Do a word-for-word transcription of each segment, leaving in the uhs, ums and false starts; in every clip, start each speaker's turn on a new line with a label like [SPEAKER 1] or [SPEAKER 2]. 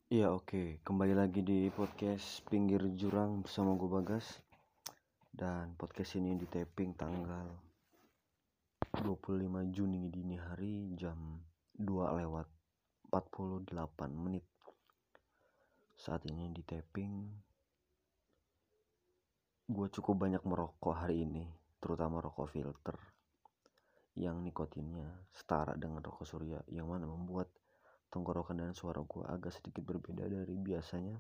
[SPEAKER 1] Iya oke, kembali lagi di podcast Pinggir Jurang bersama gue Bagas. Dan podcast ini di taping tanggal dua puluh lima Juni dini hari jam dua lewat empat puluh delapan menit. Saat ini di taping gue cukup banyak merokok hari ini, terutama rokok filter yang nikotinnya setara dengan rokok surya, yang mana membuat tenggorokan dan suara gue agak sedikit berbeda dari biasanya.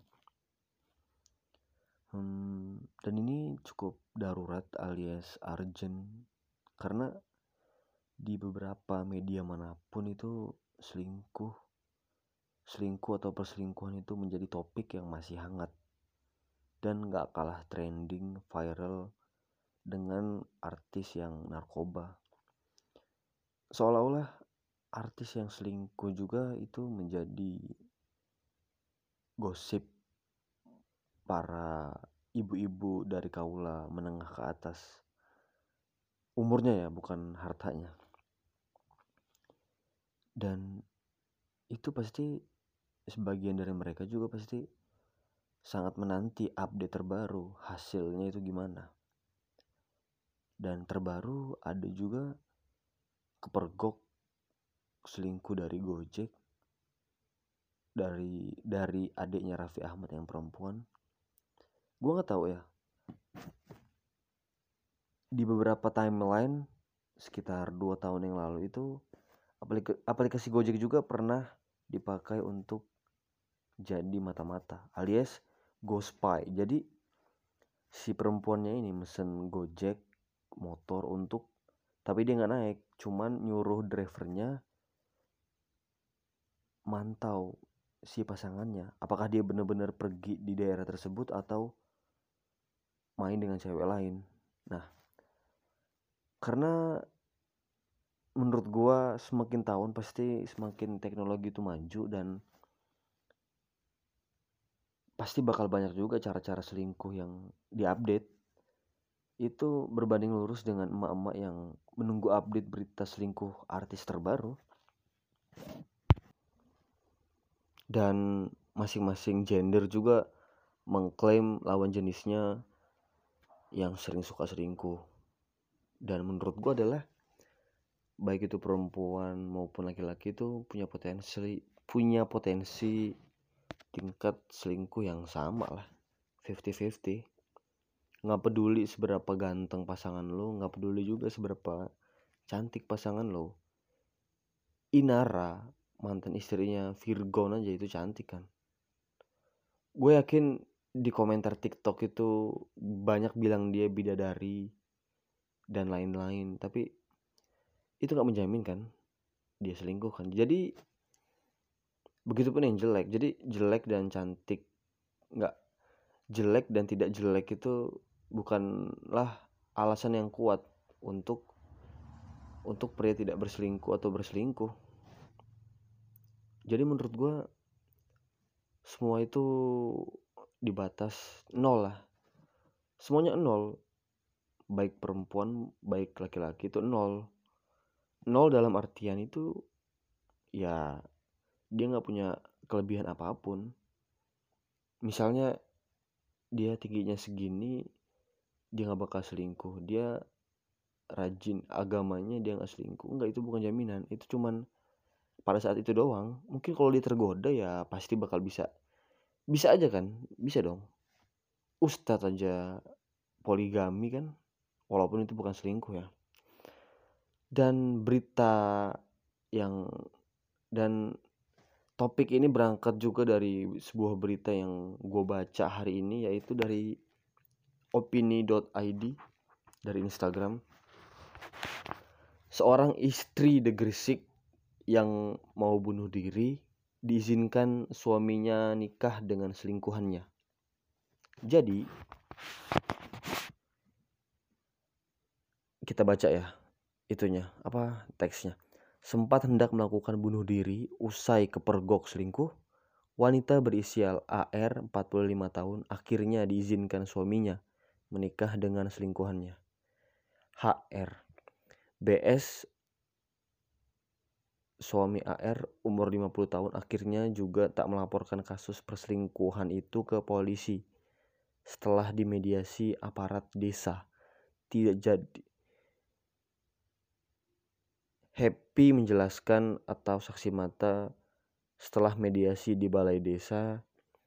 [SPEAKER 1] Hmm, dan ini cukup darurat alias urgent karena di beberapa media manapun itu selingkuh, selingkuh atau perselingkuhan itu menjadi topik yang masih hangat dan gak kalah trending viral dengan artis yang narkoba. Seolah-olah artis yang selingkuh juga itu menjadi gosip para ibu-ibu dari kaula menengah ke atas. Umurnya ya, bukan hartanya. Dan itu pasti sebagian dari mereka juga pasti sangat menanti update terbaru, hasilnya itu gimana. Dan terbaru ada juga kepergok selingkuh dari Gojek, dari dari adiknya Raffi Ahmad yang perempuan. Gue nggak tahu ya. Di beberapa timeline sekitar dua tahun yang lalu itu aplikasi, aplikasi Gojek juga pernah dipakai untuk jadi mata-mata alias ghost spy. Jadi si perempuannya ini mesen Gojek motor untuk, tapi dia nggak naik, cuman nyuruh drivernya mantau si pasangannya, apakah dia benar-benar pergi di daerah tersebut atau main dengan cewek lain. Nah, karena menurut gua semakin tahun pasti semakin teknologi itu maju dan pasti bakal banyak juga cara-cara selingkuh yang diupdate. Itu berbanding lurus dengan emak-emak yang menunggu update berita selingkuh artis terbaru. Dan masing-masing gender juga mengklaim lawan jenisnya yang sering suka selingkuh. Dan menurut gue adalah baik itu perempuan maupun laki-laki itu punya potensi punya potensi tingkat selingkuh yang sama lah, fifty fifty. Nggak peduli seberapa ganteng pasangan lo, nggak peduli juga seberapa cantik pasangan lo. Inara, mantan istrinya Virgon aja itu cantik kan. Gue yakin di komentar TikTok itu banyak bilang dia bidadari dan lain-lain, tapi itu gak menjamin kan dia selingkuh kan. Jadi begitupun yang jelek. Jadi jelek dan cantik, gak, jelek dan tidak jelek itu bukanlah alasan yang kuat untuk untuk pria tidak berselingkuh atau berselingkuh. Jadi menurut gue semua itu dibatas nol lah, semuanya nol, baik perempuan baik laki-laki itu nol. Nol dalam artian itu ya dia nggak punya kelebihan apapun. Misalnya dia tingginya segini, dia nggak bakal selingkuh. Dia rajin agamanya, dia nggak selingkuh. Enggak, itu bukan jaminan. Itu cuman pada saat itu doang. Mungkin kalau dia tergoda ya pasti bakal bisa. Bisa aja kan, bisa dong. Ustadz aja poligami kan, walaupun itu bukan selingkuh ya. Dan berita yang dan topik ini berangkat juga dari sebuah berita yang gue baca hari ini, yaitu dari opini dot i d dari Instagram. Seorang istri di Gresik yang mau bunuh diri diizinkan suaminya nikah dengan selingkuhannya. Jadi kita baca ya itunya, apa teksnya. Sempat hendak melakukan bunuh diri usai kepergok selingkuh, wanita berinisial A R empat puluh lima tahun akhirnya diizinkan suaminya menikah dengan selingkuhannya. H R B S suami A R umur lima puluh tahun akhirnya juga tak melaporkan kasus perselingkuhan itu ke polisi setelah dimediasi aparat desa. Tidak jadi. Happy menjelaskan atau saksi mata setelah mediasi di balai desa,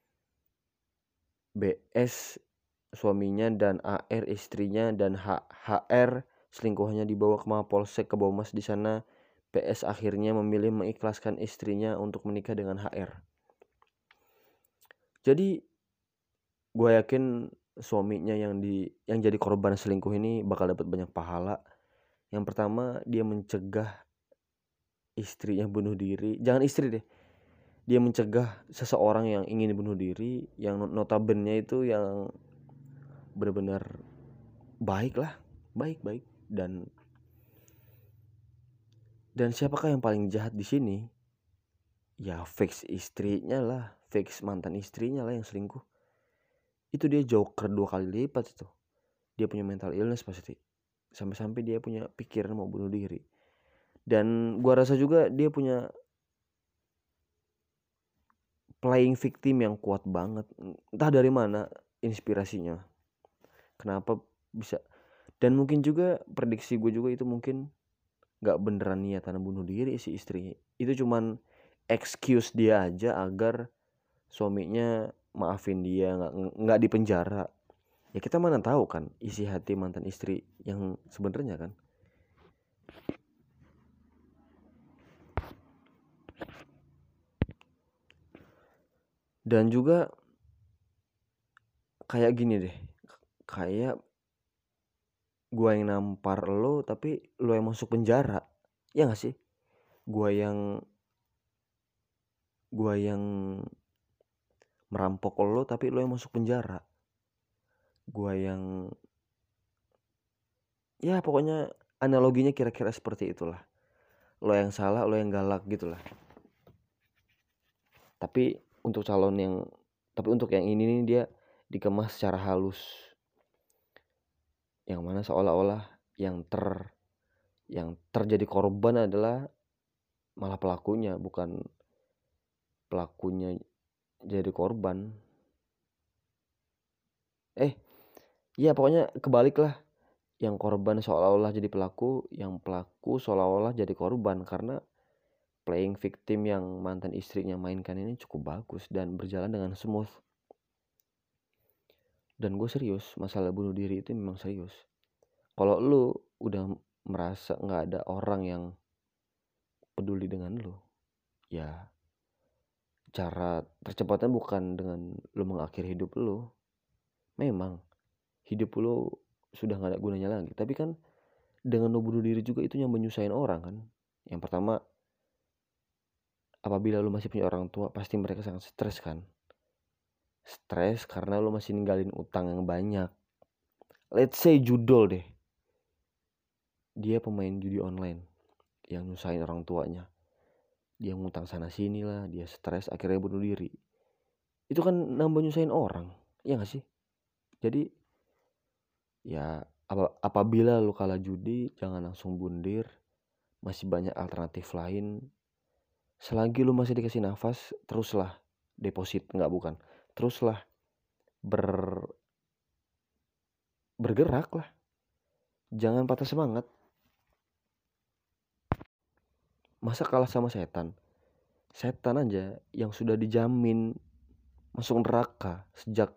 [SPEAKER 1] B S suaminya dan A R istrinya dan H HR selingkuhannya dibawa ke Mapolsek Kebomas. Di sana P S akhirnya memilih mengikhlaskan istrinya untuk menikah dengan H R. Jadi gue yakin suaminya yang di yang jadi korban selingkuh ini bakal dapat banyak pahala. Yang pertama, dia mencegah istrinya bunuh diri. Jangan istri deh. Dia mencegah seseorang yang ingin bunuh diri, yang notabene itu yang benar-benar baik lah, baik-baik. Dan dan siapakah yang paling jahat di sini? Ya fix istrinya lah, fix mantan istrinya lah yang selingkuh. Itu dia joker dua kali lipat itu. Dia punya mental illness pasti. Sampai-sampai dia punya pikiran mau bunuh diri. Dan gua rasa juga dia punya playing victim yang kuat banget. Entah dari mana inspirasinya. Kenapa bisa. Dan mungkin juga prediksi gue juga itu mungkin gak beneran niatan bunuh diri si istri. Itu cuman excuse dia aja agar suaminya maafin dia, gak, gak dipenjara. Ya kita mana tahu kan isi hati mantan istri yang sebenarnya kan. Dan juga kayak gini deh, kayak gua yang nampar lo tapi lo yang masuk penjara, ya gak sih? Gua yang gua yang merampok lo tapi lo yang masuk penjara. Gua yang ya pokoknya analoginya kira-kira seperti itulah. Lo yang salah, lo yang galak gitulah. Tapi untuk calon yang tapi untuk yang ini nih dia dikemas secara halus. Yang mana seolah-olah yang ter yang terjadi korban adalah malah pelakunya, bukan pelakunya jadi korban. Eh, ya pokoknya kebalik lah. Yang korban seolah-olah jadi pelaku, yang pelaku seolah-olah jadi korban. Karena playing victim yang mantan istrinya mainkan ini cukup bagus dan berjalan dengan smooth. Dan gue serius, masalah bunuh diri itu memang serius. Kalau lu udah merasa gak ada orang yang peduli dengan lu, ya cara tercepatnya bukan dengan lu mengakhiri hidup lu. Memang hidup lu sudah gak ada gunanya lagi, tapi kan dengan lu bunuh diri juga itu yang menyusahin orang kan. Yang pertama, apabila lu masih punya orang tua, pasti mereka sangat stres kan. Stres karena lu masih ninggalin utang yang banyak. Let's say judol deh, dia pemain judi online yang nyusahin orang tuanya. Dia ngutang sana sini lah, dia stres akhirnya bunuh diri. Itu kan nambah nyusahin orang, ya gak sih? Jadi ya apabila lu kalah judi, jangan langsung bundir. Masih banyak alternatif lain. Selagi lu masih dikasih nafas, teruslah deposit, enggak bukan. Teruslah ber bergerak lah. Jangan patah semangat. Masa kalah sama setan? Setan aja yang sudah dijamin masuk neraka sejak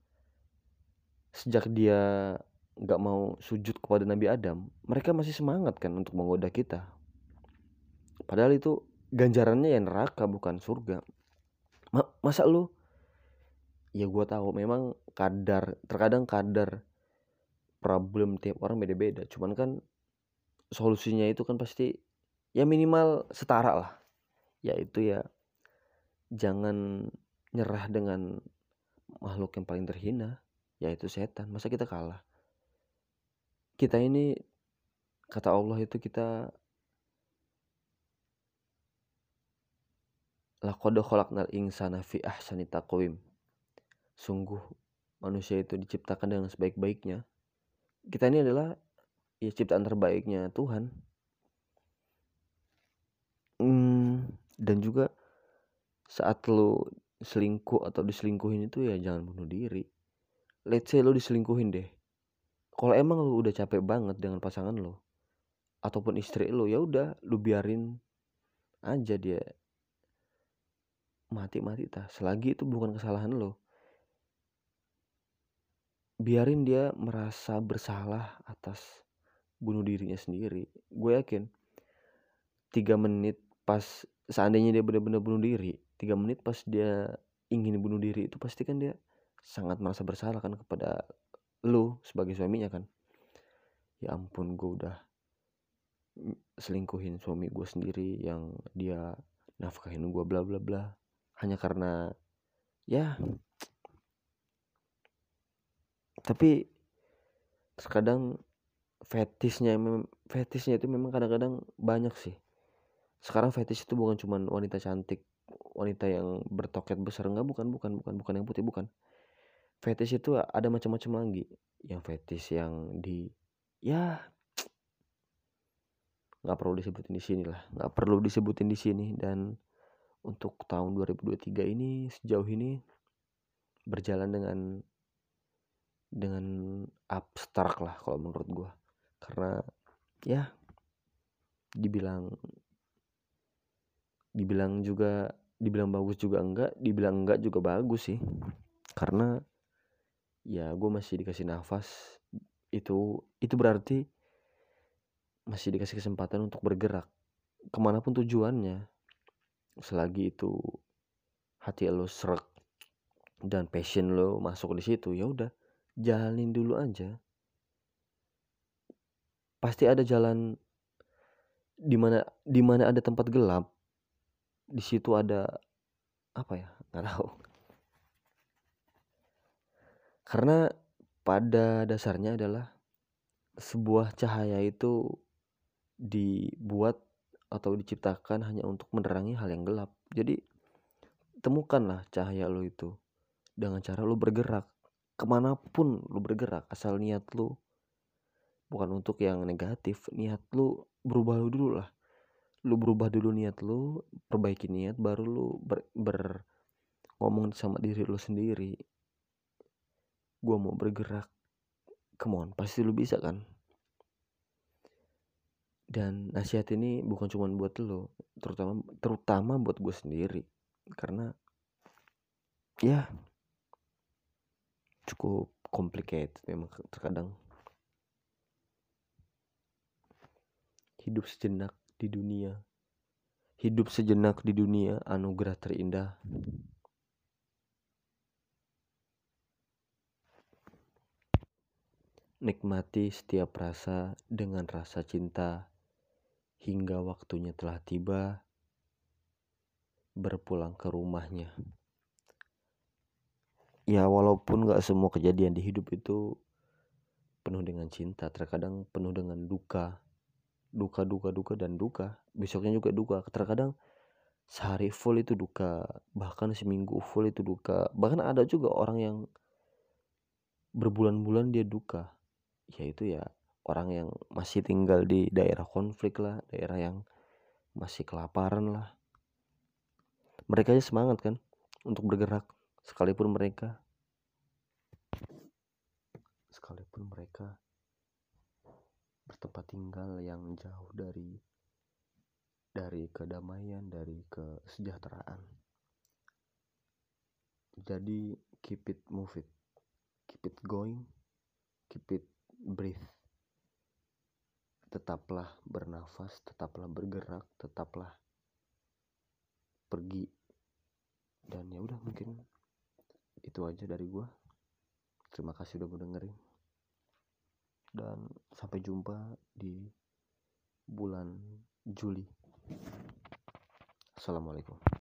[SPEAKER 1] sejak dia enggak mau sujud kepada Nabi Adam, mereka masih semangat kan untuk menggoda kita. Padahal itu ganjarannya ya neraka bukan surga. Ma- masa lu? Ya gue tahu memang kadar terkadang kadar problem tiap orang beda-beda. Cuman kan solusinya itu kan pasti ya minimal setara lah. Yaitu ya jangan nyerah dengan makhluk yang paling terhina, yaitu setan. Masa kita kalah? Kita ini kata Allah itu kita laqad khalaqnal insana fi ahsani taqwim. Sungguh manusia itu diciptakan dengan sebaik-baiknya. Kita ini adalah ya ciptaan terbaiknya Tuhan. Mmm, dan juga saat lo selingkuh atau diselingkuhin itu ya jangan bunuh diri. Let's say lo diselingkuhin deh, kalau emang lo udah capek banget dengan pasangan lo ataupun istri lo, ya udah lu biarin aja dia mati-mati tah, selagi itu bukan kesalahan lo. Biarin dia merasa bersalah atas bunuh dirinya sendiri. Gue yakin tiga menit pas seandainya dia benar-benar bunuh diri, tiga menit pas dia ingin bunuh diri itu pasti kan dia sangat merasa bersalah kan kepada lu sebagai suaminya kan. Ya ampun, gue udah selingkuhin suami gue sendiri yang dia nafkahin gue bla bla bla hanya karena ya. Tapi terkadang fetishnya mem fetishnya itu memang kadang-kadang banyak sih. Sekarang fetish itu bukan cuman wanita cantik, wanita yang bertoket besar, enggak, bukan bukan bukan bukan yang putih, bukan. Fetish itu ada macam-macam lagi. Yang fetish yang di ya nggak perlu disebutin di sini lah, nggak perlu disebutin di sini. Dan untuk tahun dua ribu dua puluh tiga ini sejauh ini berjalan dengan dengan abstrak lah kalau menurut gua. Karena ya dibilang dibilang juga dibilang bagus juga enggak, dibilang enggak juga bagus sih. Karena ya gue masih dikasih nafas, itu itu berarti masih dikasih kesempatan untuk bergerak kemanapun tujuannya. Selagi itu hati lo srek dan passion lo masuk di situ, ya udah jalanin dulu aja. Pasti ada jalan, dimana dimana ada tempat gelap, di situ ada apa ya, nggak tahu. Karena pada dasarnya adalah sebuah cahaya itu dibuat atau diciptakan hanya untuk menerangi hal yang gelap. Jadi temukanlah cahaya lo itu dengan cara lo bergerak kemanapun lo bergerak, asal niat lo bukan untuk yang negatif. Niat lo berubah dulu lah, lo berubah dulu niat lo, perbaiki niat, baru lo ber, ber ngomong sama diri lo sendiri, gue mau bergerak, come on, pasti lo bisa kan. Dan nasihat ini bukan cuma buat lo, terutama terutama buat gue sendiri, karena ya cukup complicated memang terkadang. Hidup sejenak di dunia, hidup sejenak di dunia anugerah terindah. Nikmati setiap rasa dengan rasa cinta, hingga waktunya telah tiba berpulang ke rumahnya. Ya walaupun gak semua kejadian di hidup itu penuh dengan cinta, terkadang penuh dengan duka, duka, duka, duka, dan duka. Besoknya juga duka. Terkadang sehari full itu duka, bahkan seminggu full itu duka. Bahkan ada juga orang yang berbulan-bulan dia duka, yaitu ya orang yang masih tinggal di daerah konflik lah, daerah yang masih kelaparan lah. Mereka aja semangat kan untuk bergerak, sekalipun mereka sekalipun mereka bertempat tinggal yang jauh dari dari kedamaian, dari kesejahteraan. Jadi keep it move it, keep it going, keep it breathe. Tetaplah bernafas, tetaplah bergerak, tetaplah pergi. Dan ya udah, mungkin itu aja dari gua. Terima kasih udah mau dengerin. Dan sampai jumpa di bulan Juli. Assalamualaikum.